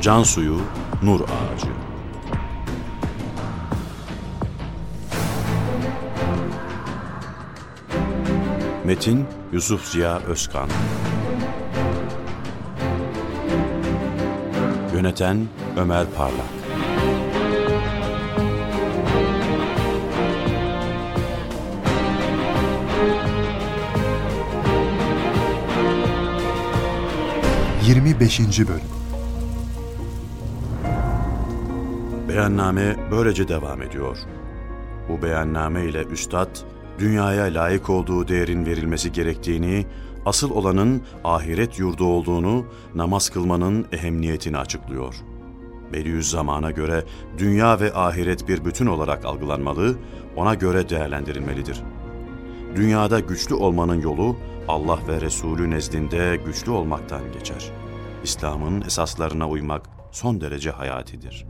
Can suyu, nur ağacı. Metin Yusuf Ziya Özkan. Yöneten Ömer Parlak. ...25. Bölüm. Beyanname böylece devam ediyor. Bu beyanname ile üstad, dünyaya layık olduğu değerin verilmesi gerektiğini, asıl olanın ahiret yurdu olduğunu, namaz kılmanın ehemmiyetini açıklıyor. Bediüzzaman'a göre dünya ve ahiret bir bütün olarak algılanmalı, ona göre değerlendirilmelidir. Dünyada güçlü olmanın yolu, Allah ve Resulü nezdinde güçlü olmaktan geçer. İslam'ın esaslarına uymak son derece hayatidir.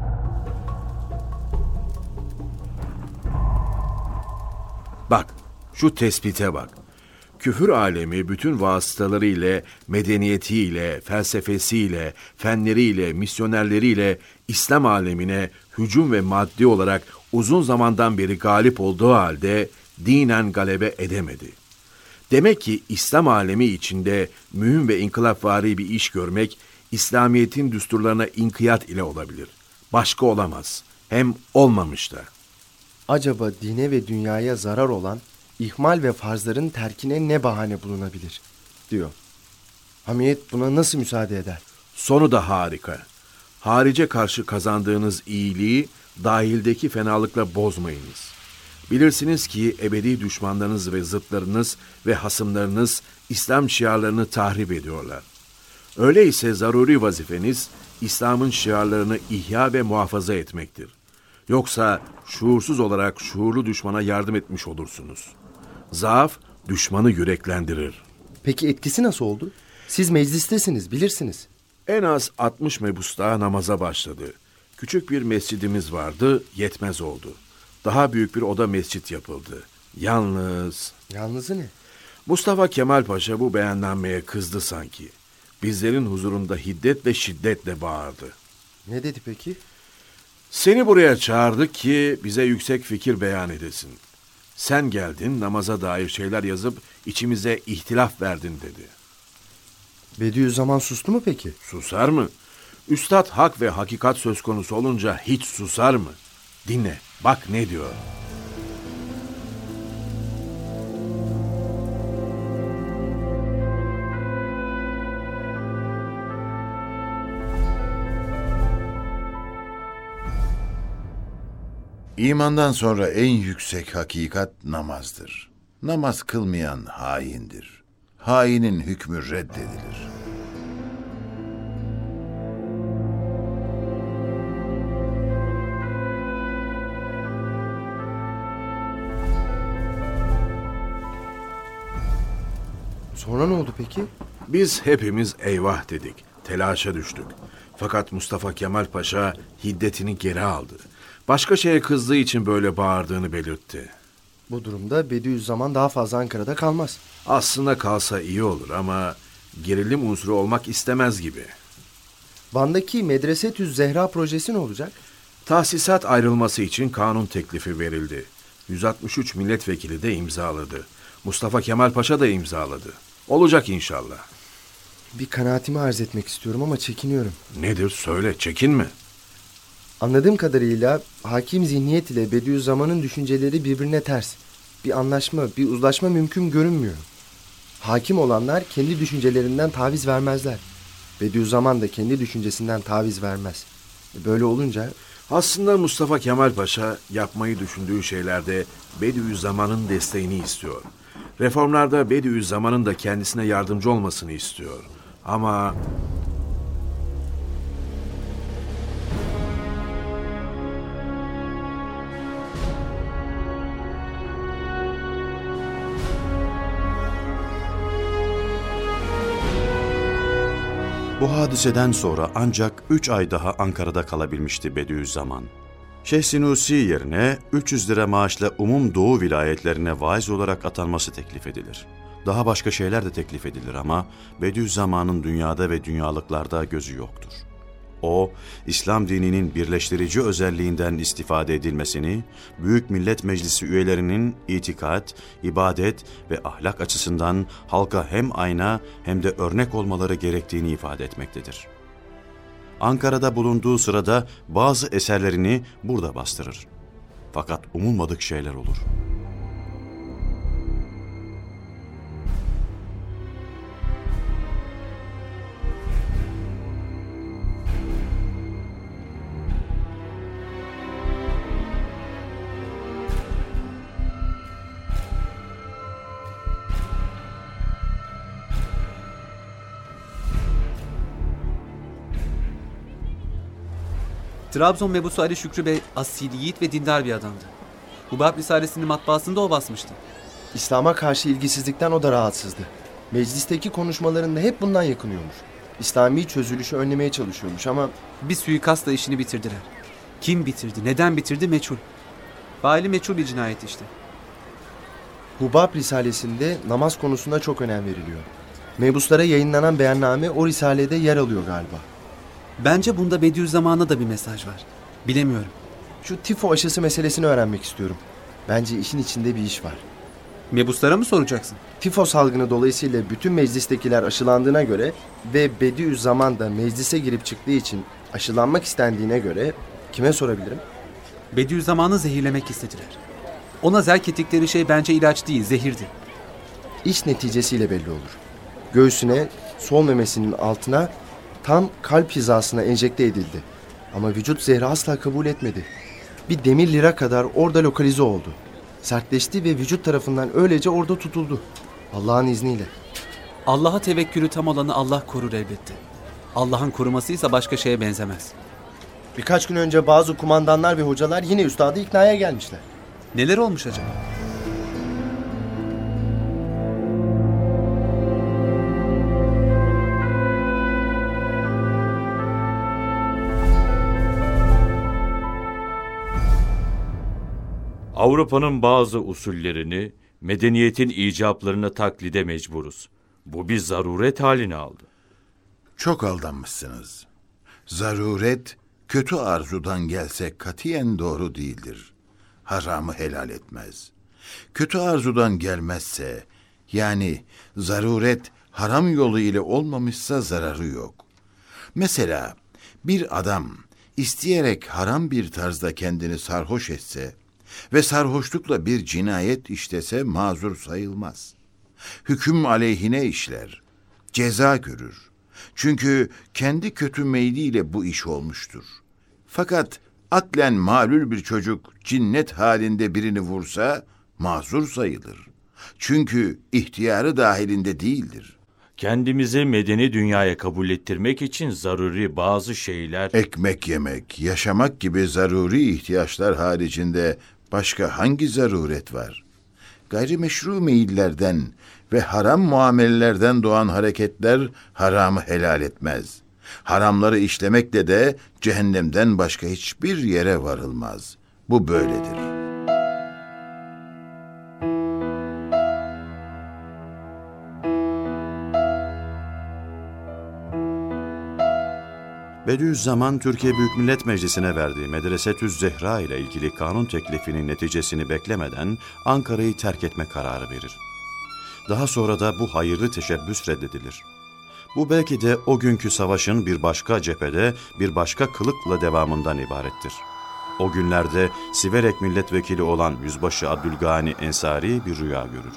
Bak, şu tespite bak. Küfür alemi bütün vasıtalarıyla, medeniyetiyle, felsefesiyle, fenleriyle, misyonerleriyle İslam alemine hücum ve maddi olarak uzun zamandan beri galip olduğu halde dinen galebe edemedi. Demek ki İslam alemi içinde mühim ve inkılapvari bir iş görmek, İslamiyet'in düsturlarına inkiyat ile olabilir. Başka olamaz. Hem olmamış da. Acaba dine ve dünyaya zarar olan ihmal ve farzların terkine ne bahane bulunabilir, diyor. Hamiyet buna nasıl müsaade eder? Sonu da harika. Harice karşı kazandığınız iyiliği dahildeki fenalıkla bozmayınız. Bilirsiniz ki ebedi düşmanlarınız ve zıtlarınız ve hasımlarınız İslam şiarlarını tahrip ediyorlar. Öyleyse zaruri vazifeniz İslam'ın şiarlarını ihya ve muhafaza etmektir. Yoksa şuursuz olarak şuurlu düşmana yardım etmiş olursunuz. Zaaf düşmanı yüreklendirir. Peki etkisi nasıl oldu? Siz meclistesiniz, bilirsiniz. En az 60 mebusta namaza başladı. Küçük bir mescidimiz vardı, yetmez oldu. Daha büyük bir oda mescit yapıldı. Yalnızı ne? Mustafa Kemal Paşa bu beyannameye kızdı sanki. Bizlerin huzurunda hiddet ve şiddetle bağırdı. Ne dedi peki? Seni buraya çağırdık ki bize yüksek fikir beyan edesin. Sen geldin, namaza dair şeyler yazıp içimize ihtilaf verdin dedi. Bediüzzaman sustu mu peki? Susar mı? Üstad hak ve hakikat söz konusu olunca hiç susar mı? Dinle, bak ne diyor. İmandan sonra en yüksek hakikat namazdır. Namaz kılmayan haindir. Hainin hükmü reddedilir. Sonra ne oldu peki? Biz hepimiz eyvah dedik, telaşa düştük. Fakat Mustafa Kemal Paşa hiddetini geri aldı. Başka şeye kızdığı için böyle bağırdığını belirtti. Bu durumda Bediüzzaman daha fazla Ankara'da kalmaz. Aslında kalsa iyi olur ama gerilim unsuru olmak istemez gibi. Van'daki Medresetüz Zehra projesi ne olacak? Tahsisat ayrılması için kanun teklifi verildi. 163 milletvekili de imzaladı. Mustafa Kemal Paşa da imzaladı. Olacak inşallah. Bir kanaatimi arz etmek istiyorum ama çekiniyorum. Nedir? Söyle, çekinme. Anladığım kadarıyla hakim zihniyet ile Bediüzzaman'ın düşünceleri birbirine ters. Bir anlaşma, bir uzlaşma mümkün görünmüyor. Hakim olanlar kendi düşüncelerinden taviz vermezler. Bediüzzaman da kendi düşüncesinden taviz vermez. Böyle olunca... Aslında Mustafa Kemal Paşa yapmayı düşündüğü şeylerde Bediüzzaman'ın desteğini istiyor. Reformlarda Bediüzzaman'ın da kendisine yardımcı olmasını istiyor. Ama... Bu hadiseden sonra ancak 3 ay daha Ankara'da kalabilmişti Bediüzzaman. Şeyh Sinusi yerine 300 lira maaşla umum Doğu vilayetlerine vaiz olarak atanması teklif edilir. Daha başka şeyler de teklif edilir ama Bediüzzaman'ın dünyada ve dünyalıklarda gözü yoktur. O, İslam dininin birleştirici özelliğinden istifade edilmesini, Büyük Millet Meclisi üyelerinin itikat, ibadet ve ahlak açısından halka hem ayna hem de örnek olmaları gerektiğini ifade etmektedir. Ankara'da bulunduğu sırada bazı eserlerini burada bastırır. Fakat umulmadık şeyler olur. Trabzon mebusu Ali Şükrü Bey asil, yiğit ve dindar bir adamdı. Hubab Risalesi'nin matbaasında o basmıştı. İslam'a karşı ilgisizlikten o da rahatsızdı. Meclisteki konuşmalarında hep bundan yakınıyormuş. İslami çözülüşü önlemeye çalışıyormuş ama Bir suikastla işini bitirdiler. Kim bitirdi, neden bitirdi meçhul. Faili meçhul bir cinayet işte. Hubab Risalesi'nde namaz konusunda çok önem veriliyor. Mebuslara yayınlanan beyanname o risalede yer alıyor galiba. Bence bunda Bediüzzaman'a da bir mesaj var. Bilemiyorum. Şu tifo aşısı meselesini öğrenmek istiyorum. Bence işin içinde bir iş var. Mebuslara mı soracaksın? Tifo salgını dolayısıyla bütün meclistekiler aşılandığına göre ve Bediüzzaman da meclise girip çıktığı için aşılanmak istendiğine göre kime sorabilirim? Bediüzzaman'ı zehirlemek istediler. Ona zerk ettikleri şey bence ilaç değil, zehirdi. İş neticesiyle belli olur. Göğsüne, sol memesinin altına, tam kalp hizasına enjekte edildi. Ama vücut zehri asla kabul etmedi. Bir demir lira kadar orada lokalize oldu. Sertleşti ve vücut tarafından öylece orada tutuldu. Allah'ın izniyle. Allah'a tevekkülü tam olanı Allah korur elbette. Allah'ın korumasıysa başka şeye benzemez. Birkaç gün önce bazı kumandanlar ve hocalar yine üstadı iknaya gelmişler. Neler olmuş acaba? Avrupa'nın bazı usullerini, medeniyetin icaplarını taklide mecburuz. Bu bir zaruret halini aldı. Çok aldanmışsınız. Zaruret, kötü arzudan gelse katiyen doğru değildir. Haramı helal etmez. Kötü arzudan gelmezse, yani zaruret haram yolu ile olmamışsa zararı yok. Mesela bir adam isteyerek haram bir tarzda kendini sarhoş etse ve sarhoşlukla bir cinayet işlese mazur sayılmaz. Hüküm aleyhine işler, ceza görür. Çünkü kendi kötü meyliyle bu iş olmuştur. Fakat aklen malul bir çocuk cinnet halinde birini vursa mazur sayılır. Çünkü ihtiyarı dahilinde değildir. Kendimizi medeni dünyaya kabul ettirmek için zaruri bazı şeyler... Ekmek yemek, yaşamak gibi zaruri ihtiyaçlar haricinde başka hangi zaruret var? Gayrimeşru meyillerden ve haram muamelelerden doğan hareketler haramı helal etmez. Haramları işlemekle de cehennemden başka hiçbir yere varılmaz. Bu böyledir. Bediüzzaman, Türkiye Büyük Millet Meclisi'ne verdiği Medresetüz Zehra ile ilgili kanun teklifinin neticesini beklemeden Ankara'yı terk etme kararı verir. Daha sonra da bu hayırlı teşebbüs reddedilir. Bu belki de o günkü savaşın bir başka cephede, bir başka kılıkla devamından ibarettir. O günlerde Siverek milletvekili olan Yüzbaşı Abdülgani Ensari bir rüya görür.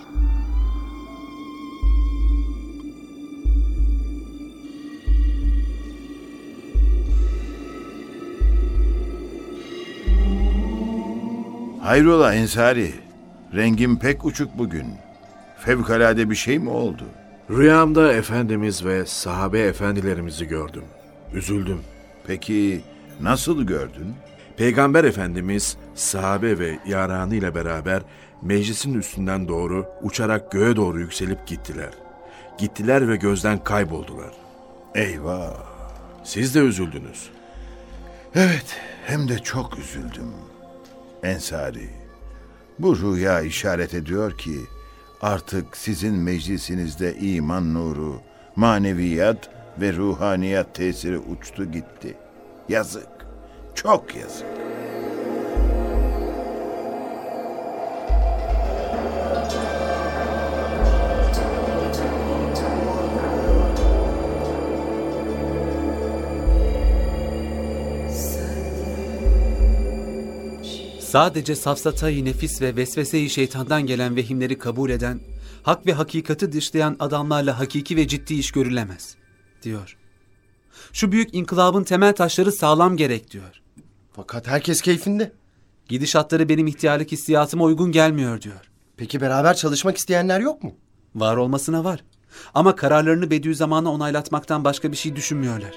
Hayrola Ensari, rengin pek uçuk bugün. Fevkalade bir şey mi oldu? Rüyamda Efendimiz ve sahabe efendilerimizi gördüm. Üzüldüm. Peki nasıl gördün? Peygamber Efendimiz sahabe ve yaranı ile beraber meclisin üstünden doğru uçarak göğe doğru yükselip gittiler. Gittiler ve gözden kayboldular. Eyvah! Siz de üzüldünüz. Evet, hem de çok üzüldüm. Ensari, bu rüya işaret ediyor ki artık sizin meclisinizde iman nuru, maneviyat ve ruhaniyat tesiri uçtu gitti. Yazık. Çok yazık. Sadece safsatayı nefis ve vesvese-i şeytandan gelen vehimleri kabul eden, hak ve hakikati dışlayan adamlarla hakiki ve ciddi iş görülemez, diyor. Şu büyük inkılabın temel taşları sağlam gerek, diyor. Fakat herkes keyfinde. Gidişatları benim ihtiyarlık hissiyatıma uygun gelmiyor, diyor. Peki beraber çalışmak isteyenler yok mu? Var olmasına var. Ama kararlarını Bediüzzaman'a onaylatmaktan başka bir şey düşünmüyorlar.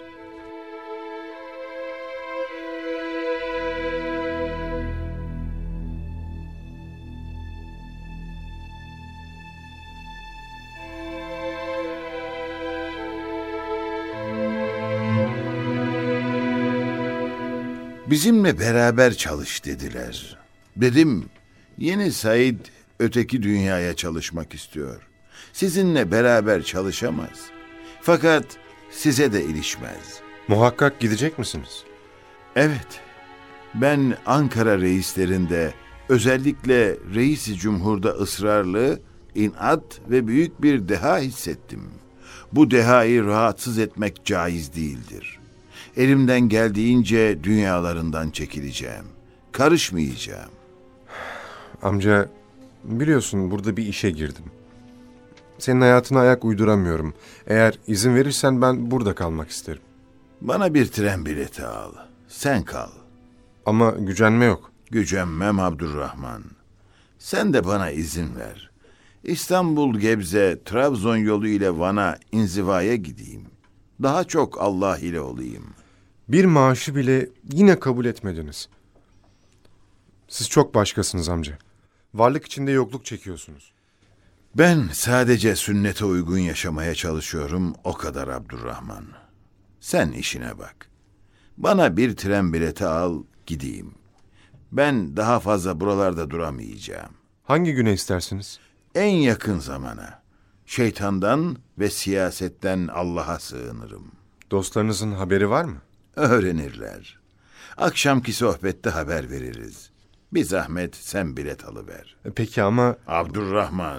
Bizimle beraber çalış dediler. Dedim, yeni Said öteki dünyaya çalışmak istiyor. Sizinle beraber çalışamaz. Fakat size de ilişmez. Muhakkak gidecek misiniz? Evet, ben Ankara reislerinde özellikle Reis-i Cumhur'da ısrarlı, inat ve büyük bir deha hissettim. Bu dehayı rahatsız etmek caiz değildir. Elimden geldiğince dünyalarından çekileceğim. Karışmayacağım. Amca, biliyorsun burada bir işe girdim. Senin hayatına ayak uyduramıyorum. Eğer izin verirsen ben burada kalmak isterim. Bana bir tren bileti al. Sen kal. Ama gücenme yok. Gücenmem Abdurrahman. Sen de bana izin ver. İstanbul, Gebze, Trabzon yolu ile Van'a inzivaya gideyim. Daha çok Allah ile olayım. Bir maaşı bile yine kabul etmediniz. Siz çok başkasınız amca. Varlık içinde yokluk çekiyorsunuz. Ben sadece sünnete uygun yaşamaya çalışıyorum, o kadar Abdurrahman. Sen işine bak. Bana bir tren bileti al, gideyim. Ben daha fazla buralarda duramayacağım. Hangi güne istersiniz? En yakın zamana. Şeytandan ve siyasetten Allah'a sığınırım. Dostlarınızın haberi var mı? Öğrenirler. Akşamki sohbette haber veririz. Bir zahmet sen bilet alıver. Peki ama... Abdurrahman.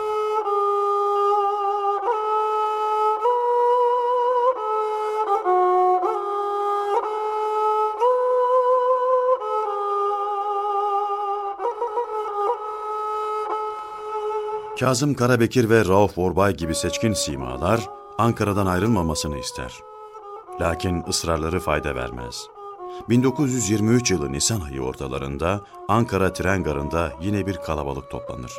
Kazım Karabekir ve Rauf Orbay gibi seçkin simalar Ankara'dan ayrılmamasını ister. Lakin ısrarları fayda vermez. 1923 yılı Nisan ayı ortalarında Ankara tren garında yine bir kalabalık toplanır.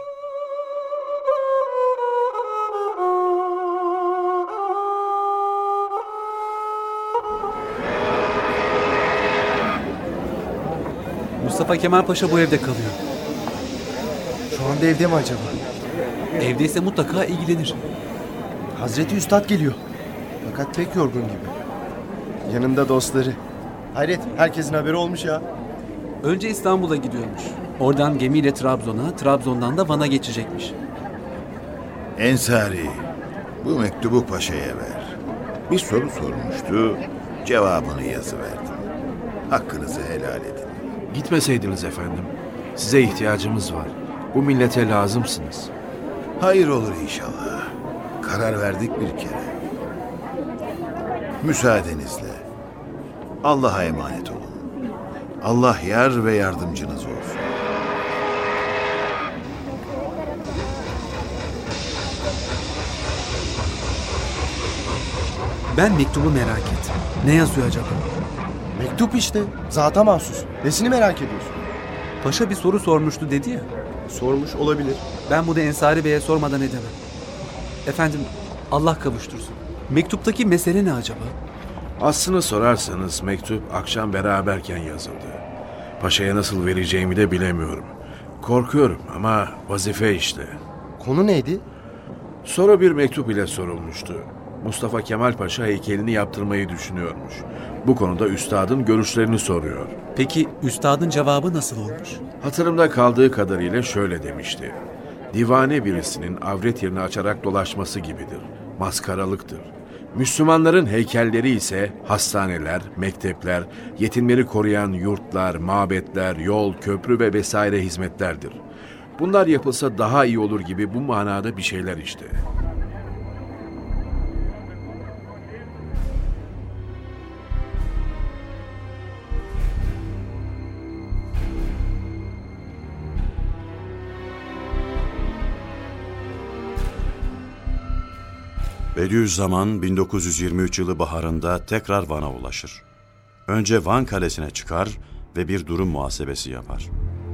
Mustafa Kemal Paşa bu evde kalıyor. Şu anda evde mi acaba? Evdeyse mutlaka ilgilenir. Hazreti Üstad geliyor. Fakat pek yorgun gibi. Yanında dostları. Hayret, herkesin haberi olmuş ya. Önce İstanbul'a gidiyormuş. Oradan gemiyle Trabzon'a, Trabzon'dan da Van'a geçecekmiş. Ensari, bu mektubu paşaya ver. Bir soru sormuştu, cevabını yazıverdim. Hakkınızı helal edin. Gitmeseydiniz efendim. Size ihtiyacımız var. Bu millete lazımsınız. Hayır olur inşallah. Karar verdik bir kere. Müsaadenizle. Allah'a emanet olun. Allah yar ve yardımcınız olsun. Ben mektubu merak ettim. Ne yazıyor acaba? Mektup işte. Zata mahsus. Nesini merak ediyorsun? Paşa bir soru sormuştu dedi ya. Sormuş olabilir. Ben bunu Ensari Bey'e sormadan edemem. Efendim, Allah kavuştursun. Mektuptaki mesele ne acaba? Aslını sorarsanız mektup akşam beraberken yazıldı. Paşa'ya nasıl vereceğimi de bilemiyorum. Korkuyorum ama vazife işte. Konu neydi? Sonra bir mektup ile sorulmuştu. Mustafa Kemal Paşa heykelini yaptırmayı düşünüyormuş. Bu konuda üstadın görüşlerini soruyor. Peki üstadın cevabı nasıl olmuş? Hatırımda kaldığı kadarıyla şöyle demişti. Divane birisinin avret yerini açarak dolaşması gibidir. Maskaralıktır. Müslümanların heykelleri ise hastaneler, mektepler, yetimleri koruyan yurtlar, mabetler, yol, köprü ve vesaire hizmetlerdir. Bunlar yapılsa daha iyi olur gibi bu manada bir şeyler işte. Bediüzzaman 1923 yılı baharında tekrar Van'a ulaşır. Önce Van Kalesi'ne çıkar ve bir durum muhasebesi yapar.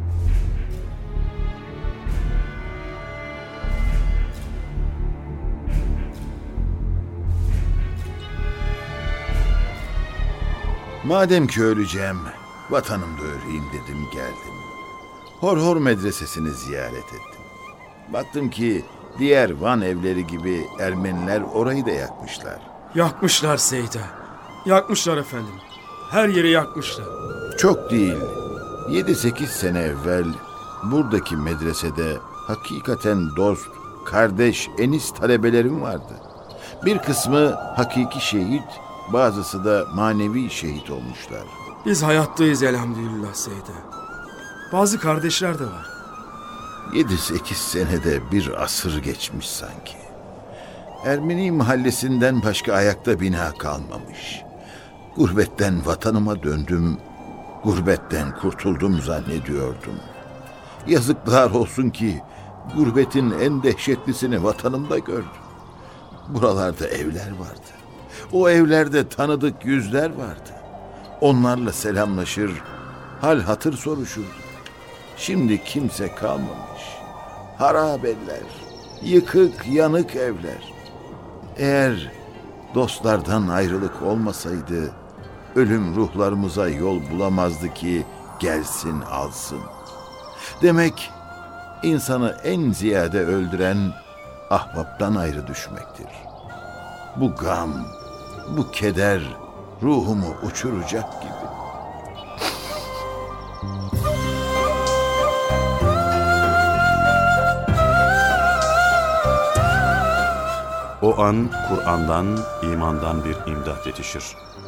Madem ki öleceğim, vatanımda öleyim dedim, geldim. Horhor medresesini ziyaret ettim. Baktım ki diğer Van evleri gibi Ermeniler orayı da yakmışlar. Yakmışlar Seyda. Yakmışlar efendim. Her yeri yakmışlar. Çok değil, 7-8 sene evvel buradaki medresede hakikaten dost, kardeş, enis talebelerim vardı. Bir kısmı hakiki şehit, bazısı da manevi şehit olmuşlar. Biz hayattayız elhamdülillah Seyda. Bazı kardeşler de var. 7-8 senede bir asır geçmiş sanki. Ermeni mahallesinden başka ayakta bina kalmamış. Gurbetten vatanıma döndüm, gurbetten kurtuldum zannediyordum. Yazıklar olsun ki gurbetin en dehşetlisini vatanımda gördüm. Buralarda evler vardı. O evlerde tanıdık yüzler vardı. Onlarla selamlaşır, hal hatır soruşurdum. Şimdi kimse kalmamış. Harap eller, yıkık yanık evler. Eğer dostlardan ayrılık olmasaydı, ölüm ruhlarımıza yol bulamazdı ki gelsin alsın. Demek insanı en ziyade öldüren ahbaptan ayrı düşmektir. Bu gam, bu keder ruhumu uçuracak gibi. O an Kur'an'dan, imandan bir imdat yetişir.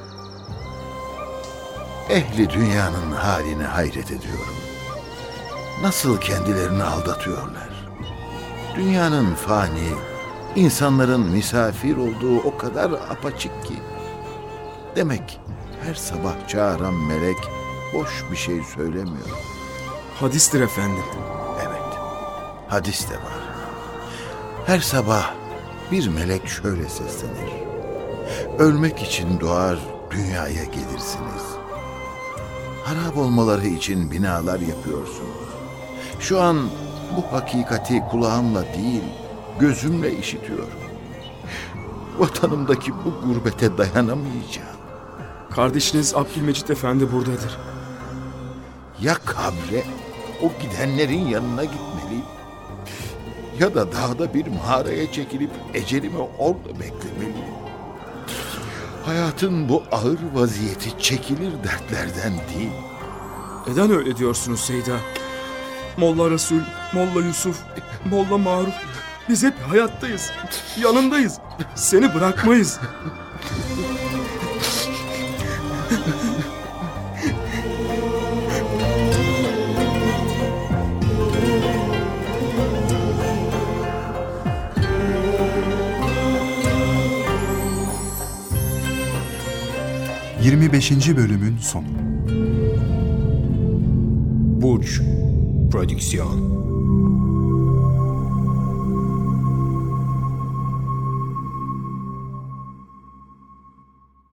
Ehli dünyanın haline hayret ediyorum. Nasıl kendilerini aldatıyorlar. Dünyanın fani, insanların misafir olduğu o kadar apaçık ki. Demek her sabah çağıran melek boş bir şey söylemiyor. Hadistir efendim. Evet, hadis de var. Her sabah bir melek şöyle seslenir. Ölmek için doğar, dünyaya gelirsiniz. Harap olmaları için binalar yapıyorsunuz. Şu an bu hakikati kulağımla değil, gözümle işitiyorum. Vatanımdaki bu gurbete dayanamayacağım. Kardeşiniz Abdülmecit Efendi buradadır. Ya kabre, o gidenlerin yanına gitmeliyim, ya da dağda bir mağaraya çekilip ecelimi orada beklemeliyim. Hayatın bu ağır vaziyeti çekilir dertlerden değil. Neden öyle diyorsunuz Seyda? Molla Resul, Molla Yusuf, Molla Maruf. Biz hep hayattayız. Yanındayız. Seni bırakmayız. Bölümün sonu. Burç Prodüksiyon.